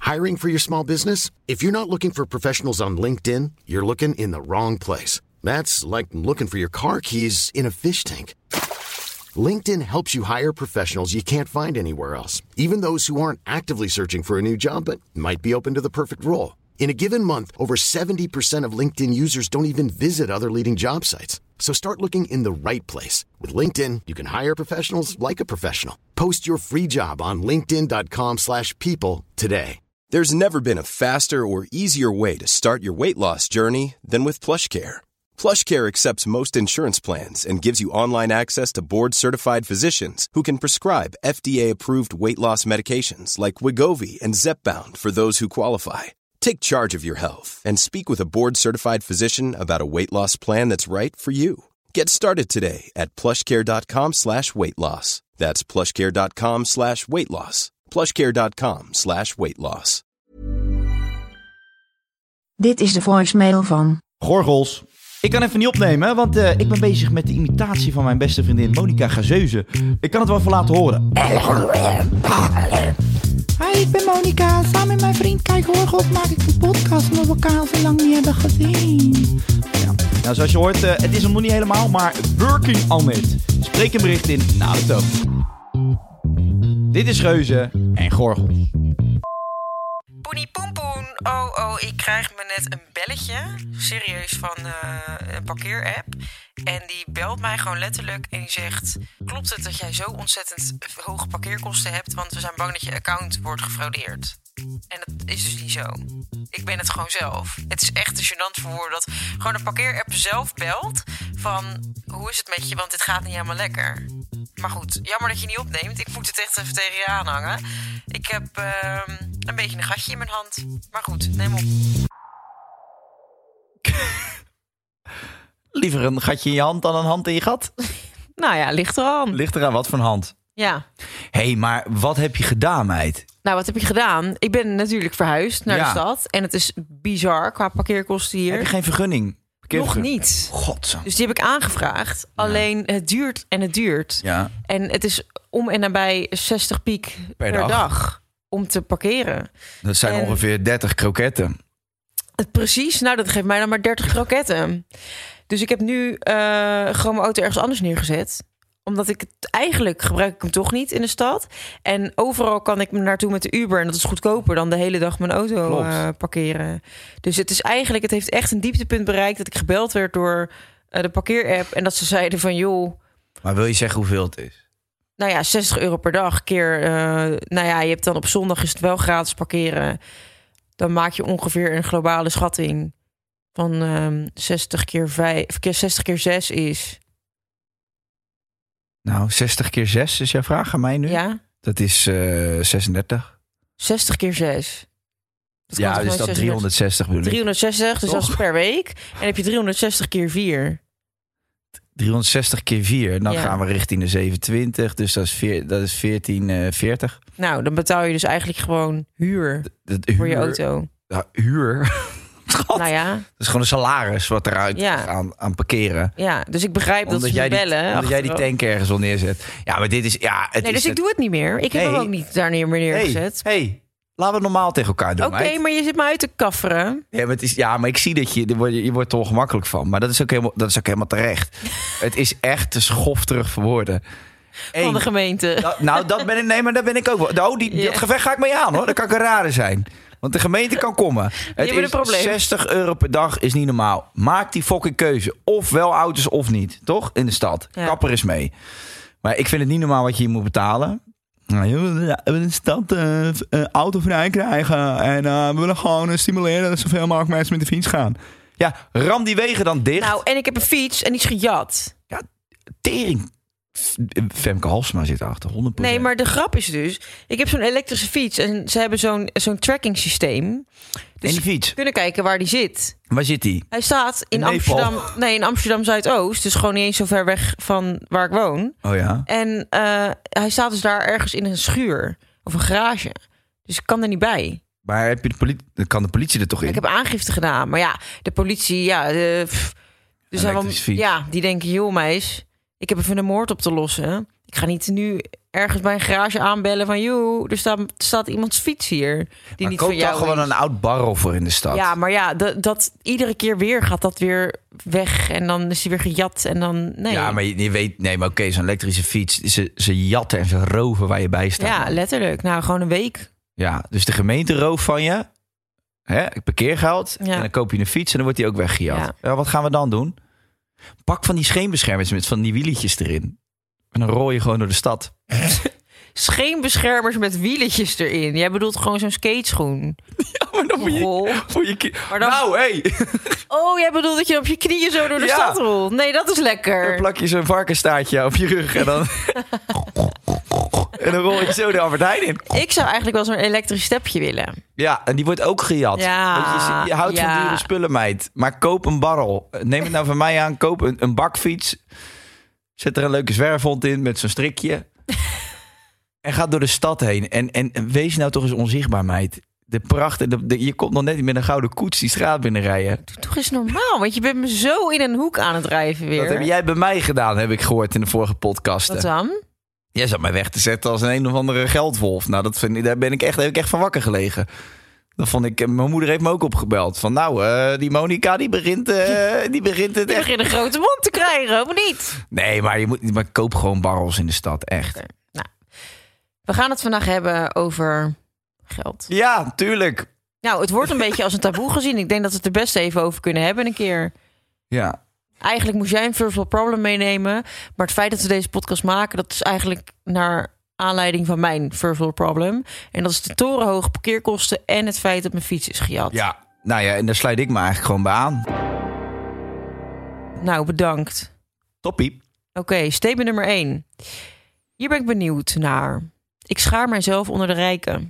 Hiring for your small business? If you're not looking for professionals on LinkedIn, you're looking in the wrong place. That's like looking for your car keys in a fish tank. LinkedIn helps you hire professionals you can't find anywhere else, even those who aren't actively searching for a new job but might be open to the perfect role. In a given month, over 70% of LinkedIn users don't even visit other leading job sites. So start looking in the right place. With LinkedIn, you can hire professionals like a professional. Post your free job on linkedin.com/people today. There's never been a faster or easier way to start your weight loss journey than with PlushCare. PlushCare accepts most insurance plans and gives you online access to board-certified physicians who can prescribe FDA-approved weight loss medications like Wegovy and Zepbound for those who qualify. Take charge of your health and speak with a board-certified physician about a weight loss plan that's right for you. Get started today at plushcare.com/weight loss. That's plushcare.com/weight loss. plushcare.com/weight loss. Dit is de voicemail van Gorgels. Ik kan even niet opnemen, want ik ben bezig met de imitatie van mijn beste vriendin Monica Gazeuze. Ik kan het wel even laten horen. Hi, ik ben Monica. Samen met mijn vriend Kai Gorgels maak ik een podcast omdat we elkaar al zo lang niet hebben gezien. Ja. Nou, zoals je hoort, het is hem nog niet helemaal, maar working on it. Spreek een bericht in na de toon. Dit is Geuze en Gorgels. Poenie poenpoen. Oh, ik krijg me net een belletje. Serieus, van een parkeerapp. En die belt mij gewoon letterlijk en die zegt: klopt het dat jij zo ontzettend hoge parkeerkosten hebt? Want we zijn bang dat je account wordt gefraudeerd. En dat is dus niet zo. Ik ben het gewoon zelf. Het is echt te gênant voor woorden dat gewoon een parkeerapp zelf belt van: hoe is het met je? Want dit gaat niet helemaal lekker. Maar goed, jammer dat je niet opneemt. Ik moet het echt even tegen je aanhangen. Ik heb een beetje een gatje in mijn hand. Maar goed, neem op. Liever een gatje in je hand dan een hand in je gat? Nou ja, ligt eraan. Ligt eraan wat voor een hand. Ja. Hé, maar wat heb je gedaan, meid? Nou, wat heb je gedaan? Ik ben natuurlijk verhuisd naar de stad. En het is bizar qua parkeerkosten hier. Heb je geen vergunning? Nog niet. Godzang. Dus die heb ik aangevraagd. Ja. Alleen het duurt en het duurt. Ja. En het is om en nabij 60 piek per dag om te parkeren. Dat zijn ongeveer 30 kroketten. Precies. Nou, dat geeft mij dan maar 30 kroketten. Dus ik heb nu gewoon mijn auto ergens anders neergezet. Omdat ik het eigenlijk gebruik ik hem toch niet in de stad. En overal kan ik me naartoe met de Uber. En dat is goedkoper dan de hele dag mijn auto parkeren. Dus het is eigenlijk, het heeft echt een dieptepunt bereikt dat ik gebeld werd door de parkeerapp. En dat ze zeiden van joh. Maar wil je zeggen hoeveel het is? Nou ja, €60 per dag keer. Nou ja, je hebt dan op zondag is het wel gratis parkeren. Dan maak je ongeveer een globale schatting van 60 keer 60 keer 6 is. Nou, 60 keer 6 is jouw vraag aan mij nu? Ja. Dat is 36. 60 keer 6. Dat ja, dus dat 360 bedoel ik. 360, dus dat is per week. En heb je 360 keer 4. 360 keer 4, dan gaan we richting de 27. Dus dat is 1440. Nou, dan betaal je dus eigenlijk gewoon huur voor je auto. Ja, huur? Schat. Nou ja. Dat is gewoon een salaris wat eruit aan parkeren. Ja, dus ik begrijp dat ze me bellen. Omdat jij die tank ergens al neerzet. Ja, maar dit is... Ja, het nee, is dus ik doe het niet meer. Ik heb hem ook niet daar meer neergezet. Hey, laten we het normaal tegen elkaar doen. Oké, maar je zit me uit te kafferen. Ja, maar ik zie dat je wordt er ongemakkelijk van. Maar dat is ook helemaal terecht. Het is echt te schofterig voor woorden. Van de gemeente. Dat ben ik... Nee, maar dat ben ik ook wel. Dat gevecht ga ik mee aan, hoor. Dat kan ik een rare zijn. Want de gemeente kan komen. Het is €60 per dag is niet normaal. Maak die fucking keuze. Of wel auto's of niet. Toch? In de stad. Ja. Kapper is mee. Maar ik vind het niet normaal wat je hier moet betalen. Nou, we willen de stad autovrij krijgen. En we willen gewoon stimuleren dat zoveel mogelijk mensen met de fiets gaan. Ja, ram die wegen dan dicht. Nou, en ik heb een fiets en die is gejat. Ja, tering. Femke Halsema zit achter, 100%. Nee, maar de grap is dus... Ik heb zo'n elektrische fiets en ze hebben zo'n tracking systeem. Dus en die fiets? Kunnen kijken waar die zit. Waar zit die? Hij staat in Amsterdam... Nee, in Amsterdam Zuidoost. Dus gewoon niet eens zo ver weg van waar ik woon. Oh ja? En hij staat dus daar ergens in een schuur. Of een garage. Dus ik kan er niet bij. Maar heb je kan de politie er toch in? Ik heb aangifte gedaan. Maar ja, de politie... Dus die denken, joh meis... Ik heb even een moord op te lossen. Ik ga niet nu ergens bij een garage aanbellen van... joh, er staat iemands fiets hier. Die maar niet koop van jou dan gewoon is. een oud barrel voor in de stad. Ja, maar ja, dat iedere keer weer gaat dat weer weg. En dan is hij weer gejat en dan... Nee. Ja, maar je weet... Nee, maar oké, zo'n elektrische fiets... Ze jatten en ze roven waar je bij staat. Ja, letterlijk. Nou, gewoon een week. Ja, dus de gemeente rooft van je... parkeergeld. Ja. En dan koop je een fiets en dan wordt die ook weggejat. Ja. Ja, wat gaan we dan doen? Pak van die scheenbeschermers met van die wielietjes erin. En dan rol je gewoon door de stad. Scheenbeschermers met wieletjes erin. Jij bedoelt gewoon zo'n skateschoen. Ja, maar dan moet je... Maar dan... Nou, hé! Oh, jij bedoelt dat je op je knieën zo door de stad rolt. Nee, dat is lekker. Dan plak je zo'n varkenstaartje op je rug en dan... en dan rol je zo de Albert Heijn in. Ik zou eigenlijk wel zo'n elektrisch stepje willen. Ja, en die wordt ook gejat. Ja, je houdt van dure spullen, meid. Maar koop een barrel. Neem het nou van mij aan. Koop een bakfiets. Zet er een leuke zwerfhond in met zo'n strikje. En ga door de stad heen. En wees nou toch eens onzichtbaar, meid. De pracht. Je komt nog net niet met een gouden koets die straat binnenrijden. Doe toch eens normaal, want je bent me zo in een hoek aan het drijven weer. Dat heb jij bij mij gedaan, heb ik gehoord in de vorige podcasten. Wat dan? Jij zat mij weg te zetten als een of andere geldwolf. Nou, daar heb ik echt van wakker gelegen. Dan vond ik, mijn moeder heeft me ook opgebeld. Van die Monica, die begint het Je echt. begint een grote mond te krijgen, of niet? Nee, maar koop gewoon barrels in de stad, echt. Okay. Nou, we gaan het vandaag hebben over geld. Ja, tuurlijk. Nou, het wordt een beetje als een taboe gezien. Ik denk dat we het er best even over kunnen hebben een keer. Ja. Eigenlijk moest jij een first world problem meenemen. Maar het feit dat we deze podcast maken, dat is eigenlijk naar aanleiding van mijn first world problem. En dat is de torenhoge parkeerkosten en het feit dat mijn fiets is gejat. Ja, nou ja, en daar sluit ik me eigenlijk gewoon bij aan. Nou, bedankt. Toppie. Oké, statement nummer 1. Hier ben ik benieuwd naar. Ik schaar mijzelf onder de rijken.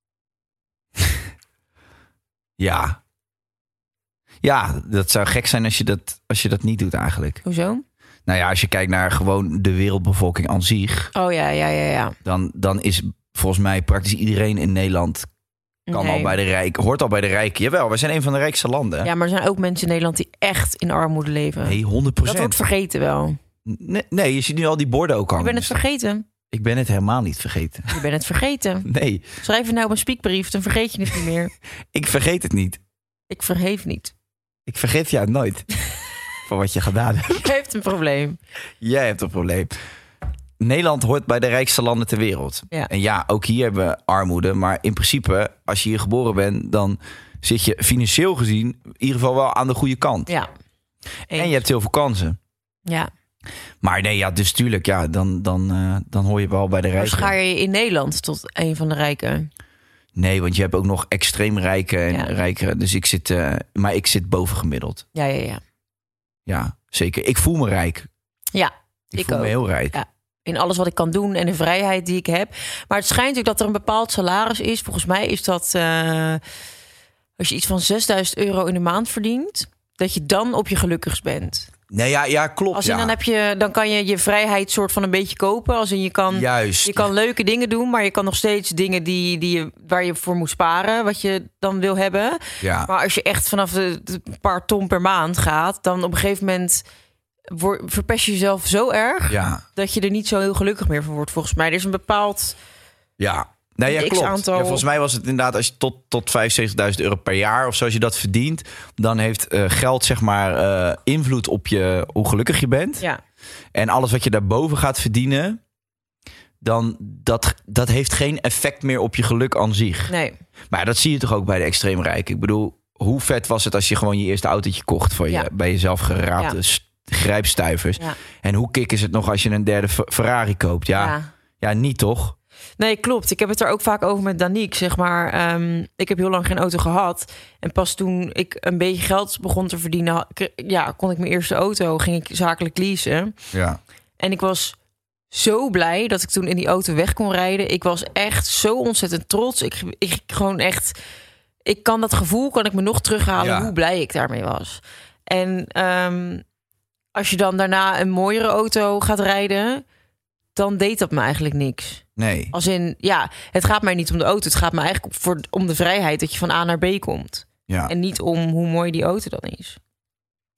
Ja. Ja, dat zou gek zijn als je dat niet doet eigenlijk. Hoezo? Nou ja, als je kijkt naar gewoon de wereldbevolking aan zich. Oh ja. Dan is volgens mij praktisch iedereen in Nederland hoort al bij de rijken. Jawel, wij zijn een van de rijkste landen. Ja, maar er zijn ook mensen in Nederland die echt in armoede leven. Nee, 100%. Dat wordt vergeten wel. Nee, je ziet nu al die borden ook hangen. Ik ben het vergeten. Ik ben het helemaal niet vergeten. Je bent het vergeten. Nee. Schrijf het nou op een spiekbrief, dan vergeet je het niet meer. Ik vergeet het niet. Ik vergeef niet. Ik vergeet jou nooit. Van wat je gedaan hebt. Je heeft een probleem. Jij hebt een probleem. Nederland hoort bij de rijkste landen ter wereld. Ja. En ja, ook hier hebben we armoede. Maar in principe, als je hier geboren bent, dan zit je financieel gezien in ieder geval wel aan de goede kant. Ja. En je hebt heel veel kansen. Ja. Maar nee, ja, dus tuurlijk, ja, dan hoor je wel bij de rijken. Maar schaar je in Nederland tot een van de rijken? Nee, want je hebt ook nog extreem rijken en rijkere. Dus ik zit bovengemiddeld. Ja. Ja, zeker. Ik voel me rijk. Ja, ik voel me heel rijk. Ja. In alles wat ik kan doen en de vrijheid die ik heb. Maar het schijnt natuurlijk dat er een bepaald salaris is. Volgens mij is dat als je iets van €6.000 in de maand verdient, dat je dan op je gelukkigst bent. Nee, ja, klopt. Als in, dan kan je vrijheid soort van een beetje kopen. Als in je kan leuke dingen doen, maar je kan nog steeds dingen waar je voor moet sparen, wat je dan wil hebben. Ja. Maar als je echt vanaf de paar ton per maand gaat, dan op een gegeven moment verpest je jezelf zo erg dat je er niet zo heel gelukkig meer van wordt. Volgens mij er is een bepaald klopt. aantal. Ja, volgens mij was het inderdaad als je tot €75.000 per jaar of zo, als je dat verdient, dan heeft geld zeg maar invloed op hoe gelukkig je bent. Ja. En alles wat je daarboven gaat verdienen, dan dat heeft geen effect meer op je geluk aan zich. Nee. Maar dat zie je toch ook bij de extreem rijken. Ik bedoel, hoe vet was het als je gewoon je eerste autootje kocht voor je bij jezelf geraapte grijpstuivers. Ja. En hoe kick is het nog als je een derde Ferrari koopt? Ja, niet toch? Nee, klopt. Ik heb het er ook vaak over met Danique, zeg maar. Ik heb heel lang geen auto gehad. En pas toen ik een beetje geld begon te verdienen, kon ik mijn eerste auto, ging ik zakelijk leasen. Ja. En ik was zo blij dat ik toen in die auto weg kon rijden. Ik was echt zo ontzettend trots. Ik kan dat gevoel, kan ik me nog terughalen hoe blij ik daarmee was. En als je dan daarna een mooiere auto gaat rijden, dan deed dat me eigenlijk niks. Nee. Als in, het gaat mij niet om de auto. Het gaat me eigenlijk om de vrijheid dat je van A naar B komt. Ja. En niet om hoe mooi die auto dan is.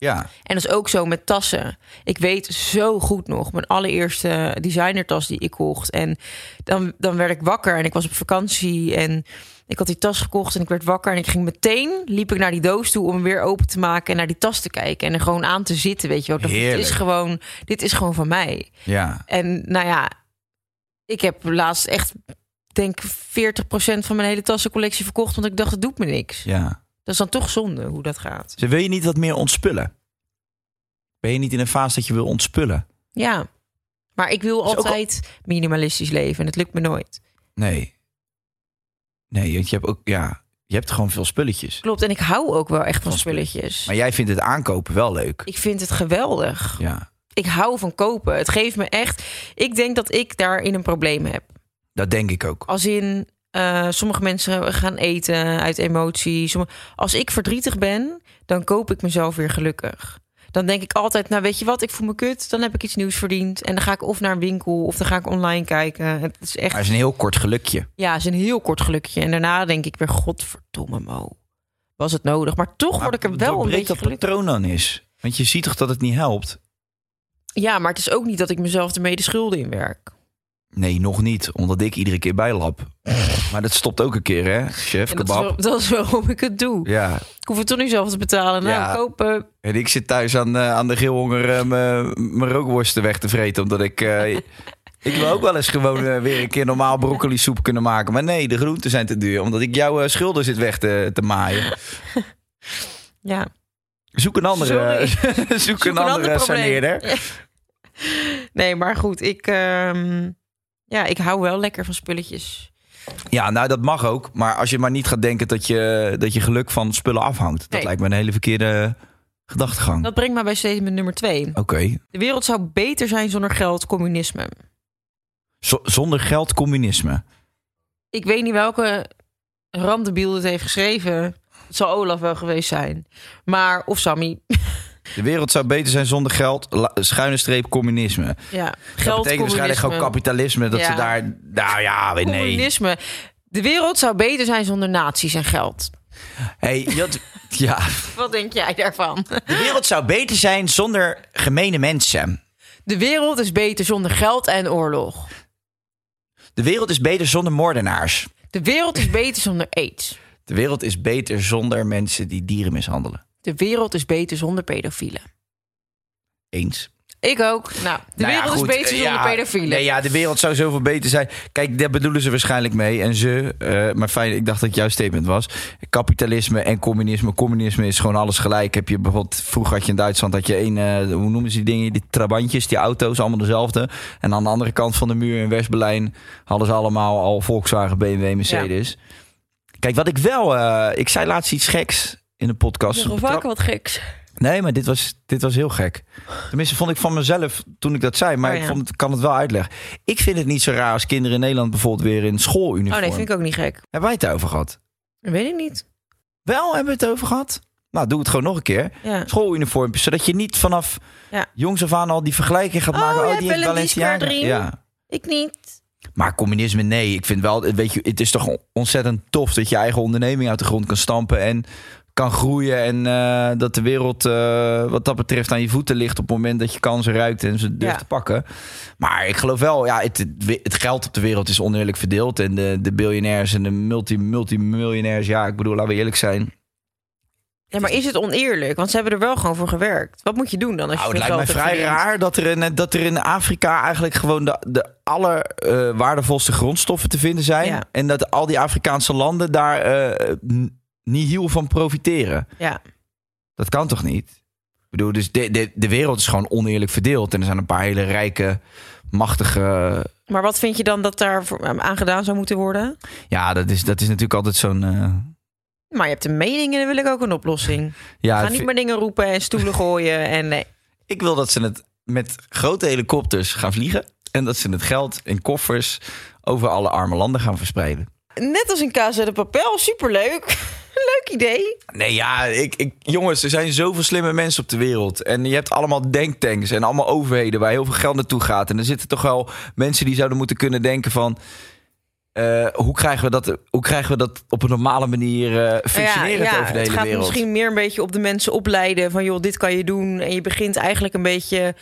Ja. En dat is ook zo met tassen. Ik weet zo goed nog, mijn allereerste designertas die ik kocht. En dan werd ik wakker en ik was op vakantie en ik had die tas gekocht en ik werd wakker en ik ging meteen, liep ik naar die doos toe om hem weer open te maken en naar die tas te kijken en er gewoon aan te zitten, weet je wel. Dit is gewoon van mij. Ja. En nou ja, ik heb laatst echt, denk 40% van mijn hele tassencollectie verkocht, want ik dacht, het doet me niks. Ja. Dat is dan toch zonde hoe dat gaat. Dus wil je niet wat meer ontspullen? Ben je niet in een fase dat je wil ontspullen? Ja, maar ik wil altijd minimalistisch leven en het lukt me nooit. Nee, want je hebt ook, je hebt gewoon veel spulletjes. Klopt, en ik hou ook wel echt van spulletjes. Maar jij vindt het aankopen wel leuk. Ik vind het geweldig. Ja. Ik hou van kopen. Het geeft me echt... Ik denk dat ik daarin een probleem heb. Dat denk ik ook. Als in, sommige mensen gaan eten uit emotie. Als ik verdrietig ben, dan koop ik mezelf weer gelukkig. Dan denk ik altijd, nou weet je wat, ik voel me kut. Dan heb ik iets nieuws verdiend. En dan ga ik of naar een winkel of dan ga ik online kijken. Het is echt... Maar het is een heel kort gelukje. Ja, het is een heel kort gelukje. En daarna denk ik weer, godverdomme Mo. Was het nodig? Maar toch word ik er wel een beetje dat gelukkig. patroon dan is. Want je ziet toch dat het niet helpt? Ja, maar het is ook niet dat ik mezelf ermee de schulden in werk. Nee, nog niet. Omdat ik iedere keer bijlap. Maar dat stopt ook een keer, hè, chef, kebab. Dat is waarom ik het doe. Ja. Ik hoef het toch niet zelf te betalen. Nou, kopen. En ik zit thuis aan de grillhonger mijn rookworsten weg te vreten. Omdat ik... ik wil ook wel eens gewoon weer een keer normaal broccoli soep kunnen maken. Maar nee, de groenten zijn te duur. Omdat ik jouw schulden zit weg te maaien. Ja. Zoek een andere, zoek een andere saneerder. Ja. Nee, maar goed. Ik hou wel lekker van spulletjes. Ja, nou dat mag ook. Maar als je maar niet gaat denken dat je geluk van spullen afhangt. Dat lijkt me een hele verkeerde gedachtegang. Dat brengt mij bij statement nummer 2. Oké. De wereld zou beter zijn zonder geld, communisme. Zonder geld, communisme. Ik weet niet welke randebiel het heeft geschreven. Het zal Olaf wel geweest zijn. Maar, of Sammy. De wereld zou beter zijn zonder geld, schuine streep communisme. Ja, geld, dat betekent waarschijnlijk gewoon kapitalisme. Dat ze daar, nou ja, nee. Communisme. De wereld zou beter zijn zonder nazi's en geld. Hey, ja. Wat denk jij daarvan? De wereld zou beter zijn zonder gemene mensen. De wereld is beter zonder geld en oorlog. De wereld is beter zonder moordenaars. De wereld is beter zonder aids. De wereld is beter zonder mensen die dieren mishandelen. De wereld is beter zonder pedofielen. Eens. Ik ook. Nou, de wereld is beter zonder pedofielen. Nee, ja, de wereld zou zoveel beter zijn. Kijk, daar bedoelen ze waarschijnlijk mee. En maar fijn, ik dacht dat het jouw statement was. Kapitalisme en communisme. Communisme is gewoon alles gelijk. Heb je bijvoorbeeld, vroeger had je in Duitsland dat je hoe noemen ze die dingen? Die trabantjes, die auto's, allemaal dezelfde. En aan de andere kant van de muur in West-Berlijn hadden ze allemaal al Volkswagen, BMW, Mercedes. Ja. Kijk, wat ik wel... ik zei laatst iets geks in de podcast. Nog vaak wat geks. Nee, maar dit was heel gek. Tenminste, vond ik van mezelf toen ik dat zei. Maar ik kan het wel uitleggen. Ik vind het niet zo raar als kinderen in Nederland bijvoorbeeld weer in schooluniform. Oh nee, vind ik ook niet gek. Hebben wij het over gehad? Dat weet ik niet. Wel, hebben we het over gehad? Nou, doe het gewoon nog een keer. Ja. Schooluniformpjes, zodat je niet vanaf jongs af aan al die vergelijking gaat maken. Oh, die heeft Balenciaga. Ja. Ik niet. Maar communisme, nee. Ik vind wel, weet je, het is toch ontzettend tof dat je eigen onderneming uit de grond kan stampen en kan groeien en dat de wereld wat dat betreft aan je voeten ligt op het moment dat je kansen ruikt en ze durft te pakken. Maar ik geloof wel, het geld op de wereld is oneerlijk verdeeld en de biljonairs en de multimiljonairs, ik bedoel, laten we eerlijk zijn. Ja, maar is het oneerlijk? Want ze hebben er wel gewoon voor gewerkt. Wat moet je doen dan? Als je het lijkt mij vrij raar dat er in Afrika eigenlijk gewoon de allerwaardevolste grondstoffen te vinden zijn. Ja. En dat al die Afrikaanse landen daar niet heel van profiteren. Ja. Dat kan toch niet? Ik bedoel, dus de wereld is gewoon oneerlijk verdeeld. En er zijn een paar hele rijke, machtige... Maar wat vind je dan dat daar aan gedaan zou moeten worden? Ja, dat is natuurlijk altijd zo'n... Maar je hebt een mening en dan wil ik ook een oplossing. Ga niet maar dingen roepen en stoelen gooien en nee. Ik wil dat ze het met grote helikopters gaan vliegen. En dat ze het geld in koffers over alle arme landen gaan verspreiden. Net als in Casa de Papel, superleuk. Leuk idee. Nee, ja, jongens, er zijn zoveel slimme mensen op de wereld. En je hebt allemaal denktanks en allemaal overheden waar heel veel geld naartoe gaat. En er zitten toch wel mensen die zouden moeten kunnen denken van... Hoe krijgen we dat op een normale manier functionerend over de hele wereld? Het gaat misschien meer een beetje op de mensen opleiden van joh, dit kan je doen. En je begint eigenlijk een beetje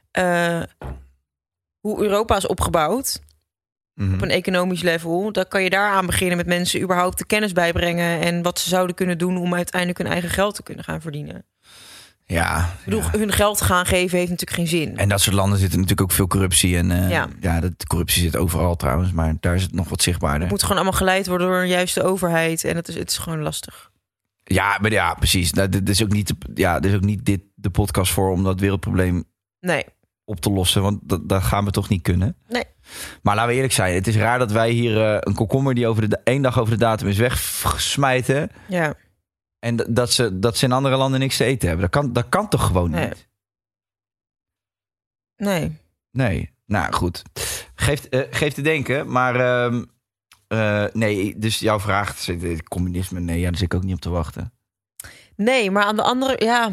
hoe Europa is opgebouwd. Op een economisch level. Dan kan je daaraan beginnen met mensen überhaupt de kennis bijbrengen en wat ze zouden kunnen doen om uiteindelijk hun eigen geld te kunnen gaan verdienen. Ja. Ik bedoel, hun geld gaan geven heeft natuurlijk geen zin. En dat soort landen zitten natuurlijk ook veel corruptie. En de corruptie zit overal trouwens, maar daar is het nog wat zichtbaarder. Het moet gewoon allemaal geleid worden door een juiste overheid. En het is gewoon lastig. Ja, maar ja, precies. Nou, dit is ook niet dit de podcast voor om dat wereldprobleem op te lossen. Want dat gaan we toch niet kunnen. Nee. Maar laten we eerlijk zijn. Het is raar dat wij hier een komkommer die één dag over de datum is wegsmijten. Ja. En dat ze in andere landen niks te eten hebben. Dat kan toch gewoon niet? Nee. Nou, goed. Geef te denken. Maar nee, dus jouw vraag, communisme, nee, daar zit ik ook niet op te wachten. Nee, maar aan de andere,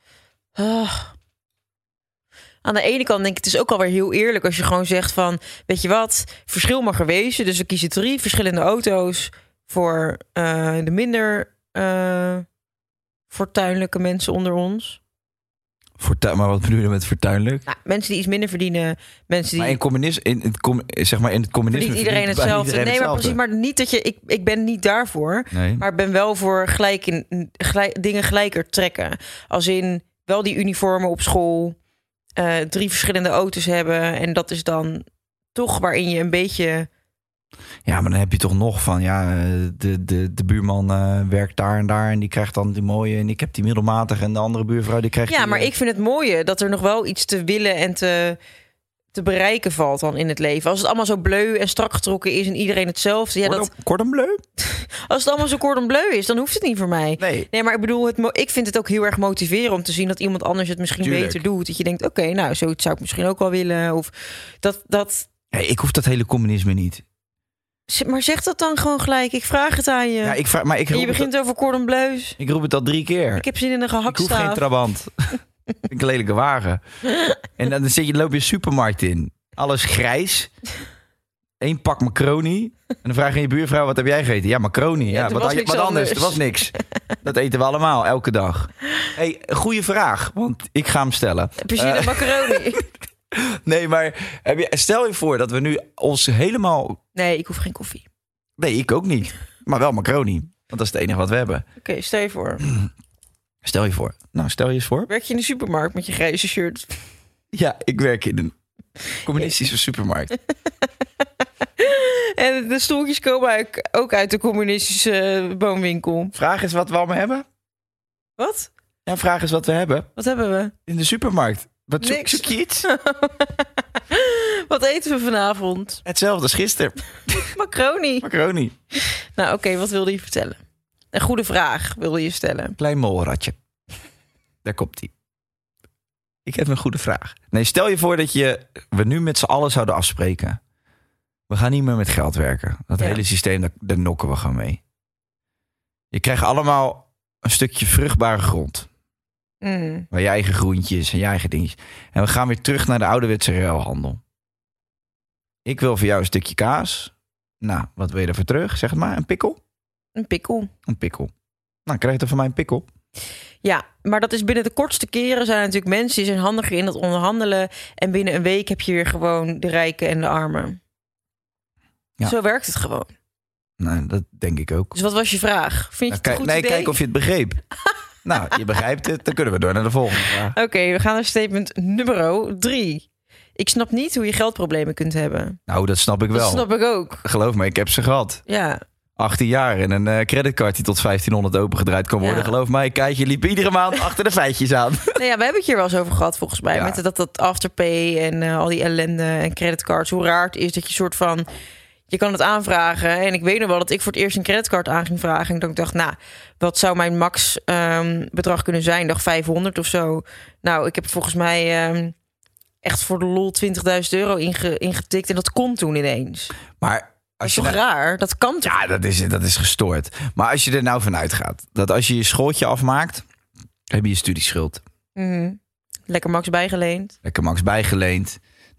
aan de ene kant denk ik, het is ook alweer heel eerlijk als je gewoon zegt van, weet je wat, verschil mag er wezen. Dus we kiezen 3 verschillende auto's voor de minder fortuinlijke mensen onder ons. Maar wat bedoel je met fortuinlijk? Nou, mensen die iets minder verdienen. Mensen die... Maar in het communisme verdient iedereen hetzelfde. Maar precies, maar niet dat je... Ik ben niet daarvoor. Nee. Maar ik ben wel voor dingen gelijker trekken. Als in wel die uniformen op school. 3 verschillende auto's hebben. En dat is dan toch waarin je een beetje... Ja, maar dan heb je toch nog van... Ja, de buurman werkt daar en daar... en die krijgt dan die mooie... en ik heb die middelmatige... en de andere buurvrouw die krijgt... Ja, maar ik vind het mooie... dat er nog wel iets te willen en te bereiken valt dan in het leven. Als het allemaal zo bleu en strak getrokken is... en iedereen hetzelfde... Ja, cordon bleu? Als het allemaal zo cordon bleu is... dan hoeft het niet voor mij. Nee, maar ik bedoel... ik vind het ook heel erg motiverend... om te zien dat iemand anders het misschien beter doet. Dat je denkt, oké, nou, zoiets zou ik misschien ook wel willen. Of dat... Hey, ik hoef dat hele communisme niet... Maar zeg dat dan gewoon gelijk. Ik vraag het aan je. Ja, en je begint over cordon bleus. Ik roep het al 3 keer. Ik heb zin in een gehaktstaaf. Ik hoef geen Trabant. Een lelijke wagen. En dan loop je een supermarkt in. Alles grijs. 1 pak macaroni. En dan vraag je aan je buurvrouw, wat heb jij gegeten? Ja, macaroni. Ja, wat anders? Er was niks. Dat eten we allemaal, elke dag. Hey, goede vraag, want ik ga hem stellen. Precies, macaroni. Nee, maar stel je voor dat we nu ons helemaal... Nee, ik hoef geen koffie. Nee, ik ook niet. Maar wel macaroni. Want dat is het enige wat we hebben. Oké, stel je voor. Stel je voor. Nou, stel je eens voor. Werk je in de supermarkt met je grijze shirt? Ja, ik werk in een communistische supermarkt. En de stoeltjes komen ook uit de communistische boomwinkel. Vraag eens wat we allemaal hebben. Wat? Ja, vraag eens wat we hebben. Wat hebben we? In de supermarkt. Wat zoek je iets? Wat eten we vanavond? Hetzelfde als gisteren. Macaroni. Nou, oké, wat wilde je vertellen? Een goede vraag wilde je stellen. Klein molratje. Daar komt ie. Ik heb een goede vraag. Nee, stel je voor dat we nu met z'n allen zouden afspreken. We gaan niet meer met geld werken. Dat hele systeem, daar nokken we gewoon mee. Je krijgt allemaal een stukje vruchtbare grond. Waar je eigen groentjes en je eigen dingetjes. En we gaan weer terug naar de ouderwetse ruilhandel. Ik wil voor jou een stukje kaas. Nou, wat wil je ervoor terug? Zeg het maar, een pikkel? Een pikkel. Nou, krijg je er van mij een pikkel. Ja, maar dat is binnen de kortste keren zijn er natuurlijk mensen die zijn handiger in dat onderhandelen. En binnen een week heb je weer gewoon de rijken en de armen. Ja. Zo werkt het gewoon. Nou, dat denk ik ook. Dus wat was je vraag? Vind je het een goed idee? Kijk of je het begreep. Nou, je begrijpt het. Dan kunnen we door naar de volgende vraag. Oké, we gaan naar statement nummer 3. Ik snap niet hoe je geldproblemen kunt hebben. Nou, dat snap ik wel. Dat snap ik ook. Geloof me, ik heb ze gehad. Ja. 18 jaar en een creditcard die tot 1500 opengedraaid kan worden. Ja. Geloof mij, Keitje liep iedere maand achter de feitjes aan. Nou ja, we hebben het hier wel eens over gehad volgens mij. Ja. Met dat Afterpay en al die ellende en creditcards. Hoe raar het is dat je soort van... Je kan het aanvragen. En ik weet nog wel dat ik voor het eerst een creditcard aan ging vragen. En ik dacht, nou, wat zou mijn max bedrag kunnen zijn? Ik dacht 500 of zo. Nou, ik heb volgens mij echt voor de lol €20.000 ingetikt. En dat kon toen ineens. Maar als dat is toch raar? Dat kan toch? Ja, dat is gestoord. Maar als je er nou vanuit gaat, dat als je je schooltje afmaakt, heb je studieschuld. Lekker max bijgeleend.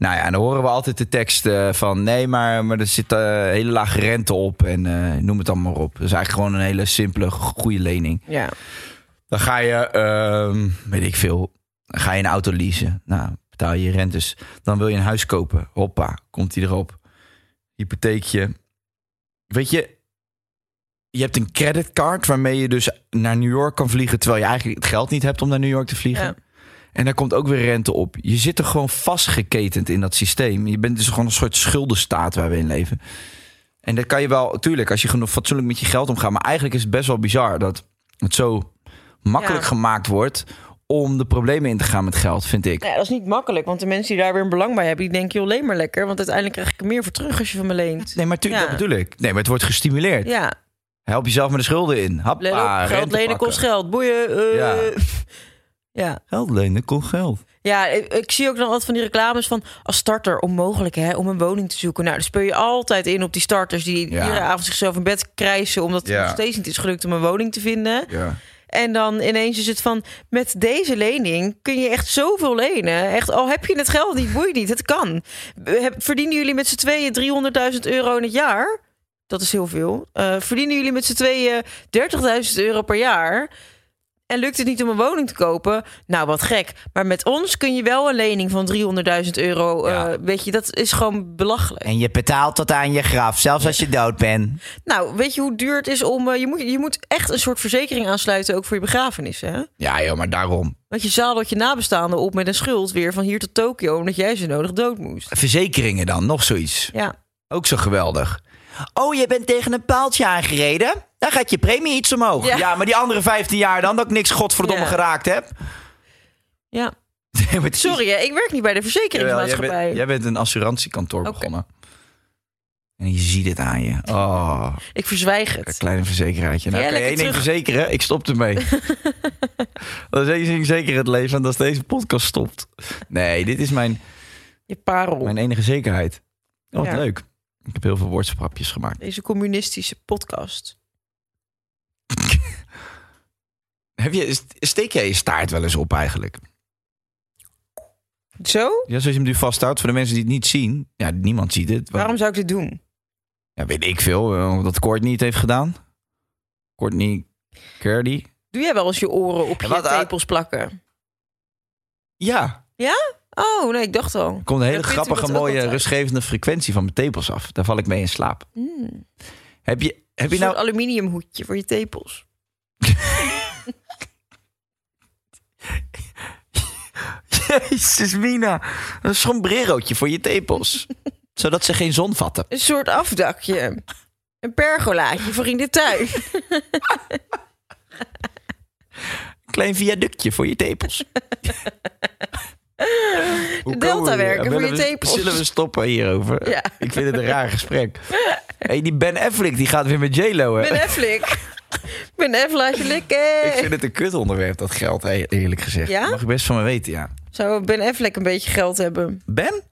Nou ja, dan horen we altijd de tekst van... nee, maar er zit hele lage rente op en noem het allemaal maar op. Dat is eigenlijk gewoon een hele simpele, goede lening. Ja. Dan ga je, weet ik veel, ga je een auto leasen. Nou, betaal je rentes. Dan wil je een huis kopen. Hoppa, komt die erop. Hypotheekje. Weet je hebt een creditcard waarmee je dus naar New York kan vliegen... terwijl je eigenlijk het geld niet hebt om naar New York te vliegen. Ja. En daar komt ook weer rente op. Je zit er gewoon vastgeketend in dat systeem. Je bent dus gewoon een soort schuldenstaat waar we in leven. En dat kan je wel, natuurlijk, als je genoeg fatsoenlijk met je geld omgaat. Maar eigenlijk is het best wel bizar dat het zo makkelijk gemaakt wordt om de problemen in te gaan met geld, vind ik. Ja, dat is niet makkelijk, want de mensen die daar weer een belang bij hebben, die denken, joh, leen maar lekker, want uiteindelijk krijg ik er meer voor terug als je van me leent. Nee, maar dat bedoel ik. Nee, maar het wordt gestimuleerd. Ja. Help jezelf met de schulden in. Hoppa, geld lenen kost geld. Boeien. Ja. Geld lenen kost geld. Ja, ik zie ook nog altijd van die reclames van als starter onmogelijk om een woning te zoeken. Nou, dan speel je altijd in op die starters die iedere avond zichzelf in bed krijsen omdat het nog steeds niet is gelukt om een woning te vinden. Ja. En dan ineens is het van, met deze lening kun je echt zoveel lenen. Echt, al heb je het geld niet, boeit niet. Het kan. Verdienen jullie met z'n tweeën €300.000 in het jaar? Dat is heel veel. Verdienen jullie met z'n tweeën €30.000 per jaar? En lukt het niet om een woning te kopen? Nou, wat gek. Maar met ons kun je wel een lening van €300.000... weet je, dat is gewoon belachelijk. En je betaalt tot aan je graf, zelfs als je dood bent. Nou, weet je hoe duur het is om... Je moet echt een soort verzekering aansluiten, ook voor je begrafenis, hè? Ja, joh, maar daarom. Want je zadelt je nabestaanden op met een schuld weer van hier tot Tokio, omdat jij zo nodig dood moest. Verzekeringen dan, nog zoiets. Ja. Ook zo geweldig. Oh, je bent tegen een paaltje aangereden? Dan gaat je premie iets omhoog. Ja, maar die andere 15 jaar dan, dat ik niks godverdomme geraakt heb. Ja. Sorry, ik werk niet bij de verzekeringsmaatschappij. Jij bent een assurantiekantoor begonnen. En je ziet het aan je. Oh. Ik verzwijg het. Een kleine verzekeraartje. Nou, kan je één ding verzekeren? Ik stop ermee. Dat is één ding zeker het leven, en dat is deze podcast stopt. Nee, dit is je parel. Mijn enige zekerheid. Oh, wat leuk. Ik heb heel veel woordspapjes gemaakt. Deze communistische podcast. Steek jij je staart wel eens op eigenlijk? Zo? Ja, zoals je hem nu vasthoudt. Voor de mensen die het niet zien. Ja, niemand ziet het. Waarom zou ik dit doen? Ja, weet ik veel. Dat Courtney het heeft gedaan. Courtney Cardi. Doe jij wel eens je oren op je tepels plakken? Ja. Ja? Oh, nee, ik dacht al. Er komt een hele grappige, mooie, rustgevende frequentie van mijn tepels af. Daar val ik mee in slaap. Heb je nou een aluminiumhoedje voor je tepels? Jezus, Mina. Een sombrerootje voor je tepels. Zodat ze geen zon vatten. Een soort afdakje. Een pergolaatje voor in de tuin. Een klein viaductje voor je tepels. De deltawerken voor je tepels. Zullen we stoppen hierover? Ja. Ik vind het een raar gesprek. Hey, die Ben Affleck die gaat weer met J-Lo, hè? Ben Affleck. Ben Affleck, laat je likken. Ik vind het een kut onderwerp, dat geld, eerlijk gezegd. Ja? Dat mag ik best van me weten, ja. Zou Ben Affleck een beetje geld hebben? Ben?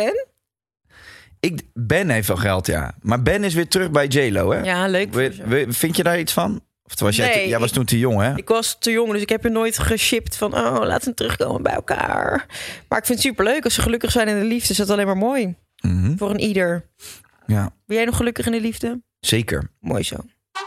Ben? Ben heeft wel geld, ja. Maar Ben is weer terug bij J-Lo, hè? Ja, leuk. Vind je daar iets van? Of was jij was toen te jong, hè? Ik was te jong, dus ik heb er nooit geshipped van... laten we terugkomen bij elkaar. Maar ik vind het superleuk. Als ze gelukkig zijn in de liefde, is dat alleen maar mooi. Mm-hmm. Voor een ieder. Ja. Ben jij nog gelukkig in de liefde? Zeker. Mooi zo.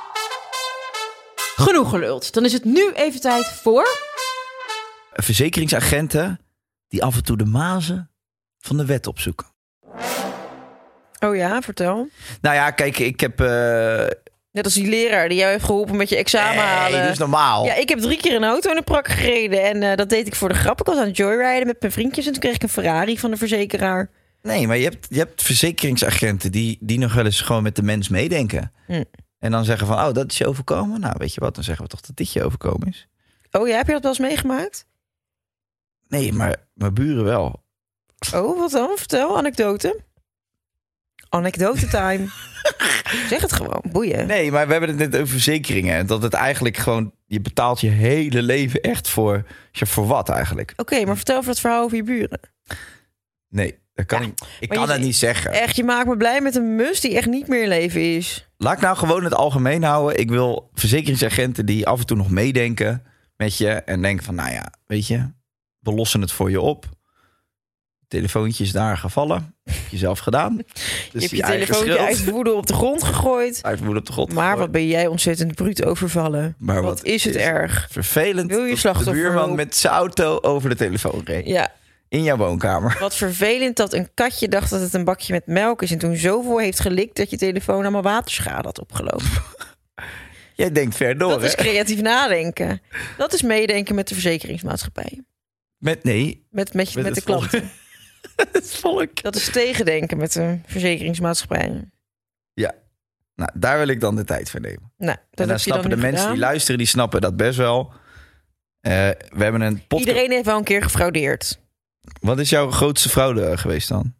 Genoeg geluld. Dan is het nu even tijd voor... verzekeringsagenten die af en toe de mazen van de wet opzoeken. Oh ja, vertel. Nou ja, kijk, ik heb... Net als die leraar die jou heeft geholpen met je examen halen. Dat is normaal. Ja, ik heb 3 keer een auto in de prak gereden. En dat deed ik voor de grap. Ik was aan het joyriden met mijn vriendjes. En toen kreeg ik een Ferrari van de verzekeraar. Nee, maar je hebt verzekeringsagenten die nog wel eens gewoon met de mens meedenken. En dan zeggen van, dat is je overkomen. Nou, weet je wat, dan zeggen we toch dat dit je overkomen is. Oh ja, heb je dat wel eens meegemaakt? Nee, maar mijn buren wel. Oh, wat dan? Vertel, anekdote. Anekdote time. Zeg het gewoon, boeien. Nee, maar we hebben het net over verzekeringen. En dat het eigenlijk gewoon... Je betaalt je hele leven echt voor wat eigenlijk. Oké, maar vertel over het verhaal over je buren. Nee, dat kan ik kan dat niet zeggen. Echt, je maakt me blij met een mus die echt niet meer in leven is. Laat ik nou gewoon het algemeen houden. Ik wil verzekeringsagenten die af en toe nog meedenken met je. En denken van, nou ja, weet je, we lossen het voor je op. telefoontje is daar gevallen. Heb je zelf gedaan. Dus je hebt je telefoontje uit woede op de grond gegooid. Uit woede op de grond Maar wat ben jij ontzettend bruut overvallen. Maar wat is het erg. Vervelend. Wil je slachtoffer? De buurman met zijn auto over de telefoon reed. Ja. In jouw woonkamer. Wat vervelend dat een katje dacht dat het een bakje met melk is... en toen zoveel heeft gelikt dat je telefoon allemaal waterschade had opgelopen. Jij denkt ver door, Dat is creatief nadenken. Dat is meedenken met de verzekeringsmaatschappij. Met de klanten. Het volk. Dat is tegendenken met de verzekeringsmaatschappij. Ja, nou, daar wil ik dan de tijd voor nemen. Nou, en dan snappen de mensen die luisteren, die snappen dat best wel. We hebben een podcast. Iedereen heeft wel een keer gefraudeerd. Wat is jouw grootste fraude geweest dan?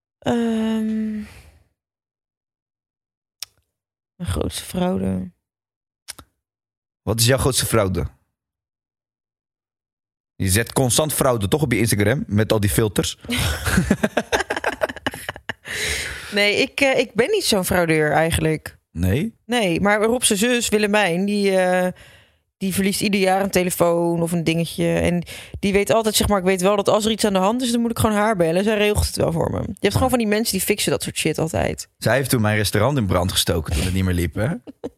Mijn grootste fraude. Wat is jouw grootste fraude? Je zet constant fraude toch op je Instagram met al die filters. Nee, ik ben niet zo'n fraudeur eigenlijk. Nee? Nee, maar Rob zijn zus Willemijn, die verliest ieder jaar een telefoon of een dingetje. En die weet altijd, zeg maar, ik weet wel dat als er iets aan de hand is, dan moet ik gewoon haar bellen. Zij regelt het wel voor me. Je hebt gewoon van die mensen die fixen dat soort shit altijd. Zij heeft toen mijn restaurant in brand gestoken toen het niet meer liep, hè?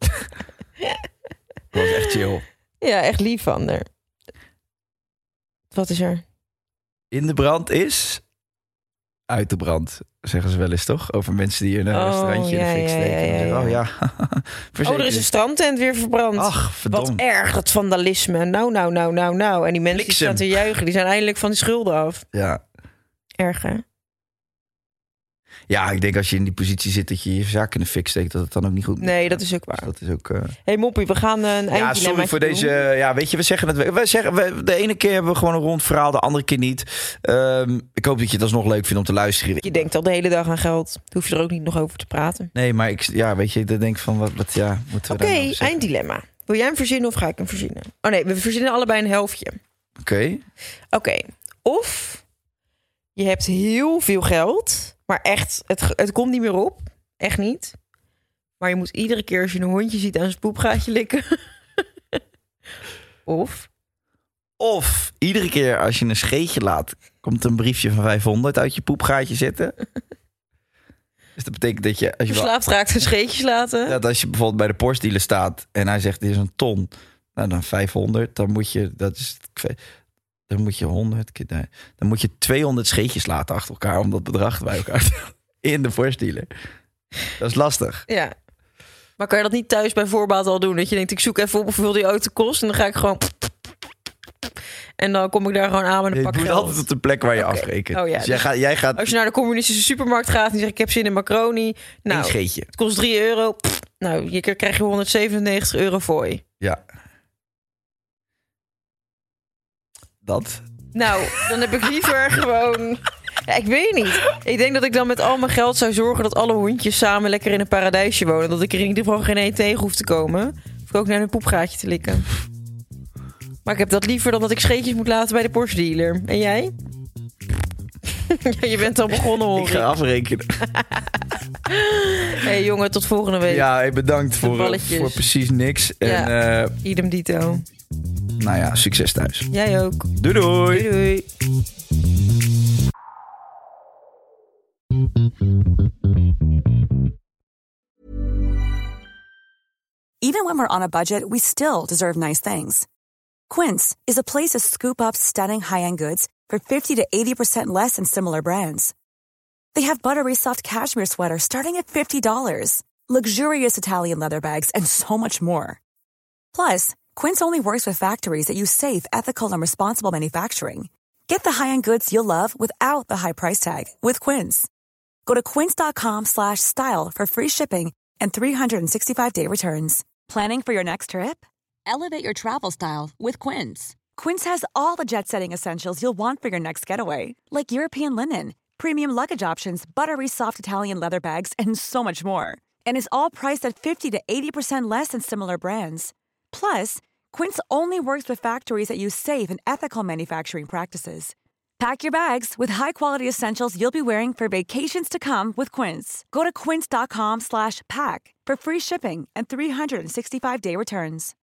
Dat was echt chill. Ja, echt lief van haar. Wat is er? In de brand is uit de brand, zeggen ze wel eens, toch? Over mensen die een restaurantje in de fik steken. Ja. Er is een strandtent weer verbrand. Ach, verdomme. Wat erg, dat vandalisme. Nou. En die mensen die staan te juichen, die zijn eindelijk van die schulden af. Ja. Erg, hè? Ja, ik denk als je in die positie zit dat je je zaak in de fik steekt, dat het dan ook niet goed. Nee, dat is ook waar. Dus dat is ook. Hey Moppie, we gaan een eindje. Ja, sorry voor deze. Ja, weet je, we zeggen het. De ene keer hebben we gewoon een rond verhaal, de andere keer niet. Ik hoop dat je het alsnog leuk vindt om te luisteren. Je denkt al de hele dag aan geld. Daar hoef je er ook niet nog over te praten. Nee, maar weet je, dan denk ik van wat ja, moeten we Oké, einddilemma. Wil jij hem verzinnen of ga ik hem verzinnen? Oh nee, we verzinnen allebei een helftje. Oké. Of je hebt heel veel geld, maar echt, het komt niet meer op. Echt niet. Maar je moet iedere keer als je een hondje ziet aan zijn poepgaatje likken. Of iedere keer als je een scheetje laat, komt een briefje van 500 uit je poepgaatje zitten. Dus dat betekent dat je, als je verslaafd raakt en scheetjes laten. Dat als je bijvoorbeeld bij de postdealer staat en hij zegt dit is een ton, nou dan 500, dan moet je, dan moet je 100 keer, dan moet je 200 scheetjes laten achter elkaar om dat bedrag bij elkaar te in de postdealer. Dat is lastig. Ja. Maar kan je dat niet thuis bij voorbaat al doen? Dat je denkt, ik zoek even op hoeveel die auto kost en dan ga ik gewoon. En dan kom ik daar gewoon aan met een pak geld. Je doet altijd op de plek waar je afrekent. Oh, ja. Dus jij gaat... Als je naar de communistische supermarkt gaat en je zegt, ik heb zin in macaroni. Nou, een scheetje. Het kost €3. Nou, je krijg je €197 voor je. Ja. Dat. Nou, dan heb ik liever gewoon... Ja, ik weet niet. Ik denk dat ik dan met al mijn geld zou zorgen dat alle hondjes samen lekker in een paradijsje wonen. Dat ik er in ieder geval geen één tegen hoef te komen. Of ik ook naar een poepgaatje te likken. Maar ik heb dat liever dan dat ik scheetjes moet laten bij de postdealer. En jij? Ja, je bent al begonnen, hoor. Ik ga afrekenen. Hey jongen, tot volgende week. Ja, bedankt voor precies niks. Ja, en, idem dito. Nou ja, succes thuis. Jij ook. Doei doei. Doei doei. Even when we're on a budget, we still deserve nice things. Quince is a place to scoop up stunning high-end goods for 50 to 80% less than similar brands. They have buttery soft cashmere sweaters starting at $50, luxurious Italian leather bags, and so much more. Plus, Quince only works with factories that use safe, ethical, and responsible manufacturing. Get the high-end goods you'll love without the high price tag with Quince. Go to quince.com/style for free shipping and 365-day returns. Planning for your next trip? Elevate your travel style with Quince. Quince has all the jet-setting essentials you'll want for your next getaway, like European linen, premium luggage options, buttery soft Italian leather bags, and so much more. And is all priced at 50 to 80% less than similar brands. Plus, Quince only works with factories that use safe and ethical manufacturing practices. Pack your bags with high-quality essentials you'll be wearing for vacations to come with Quince. Go to quince.com/pack for free shipping and 365-day returns.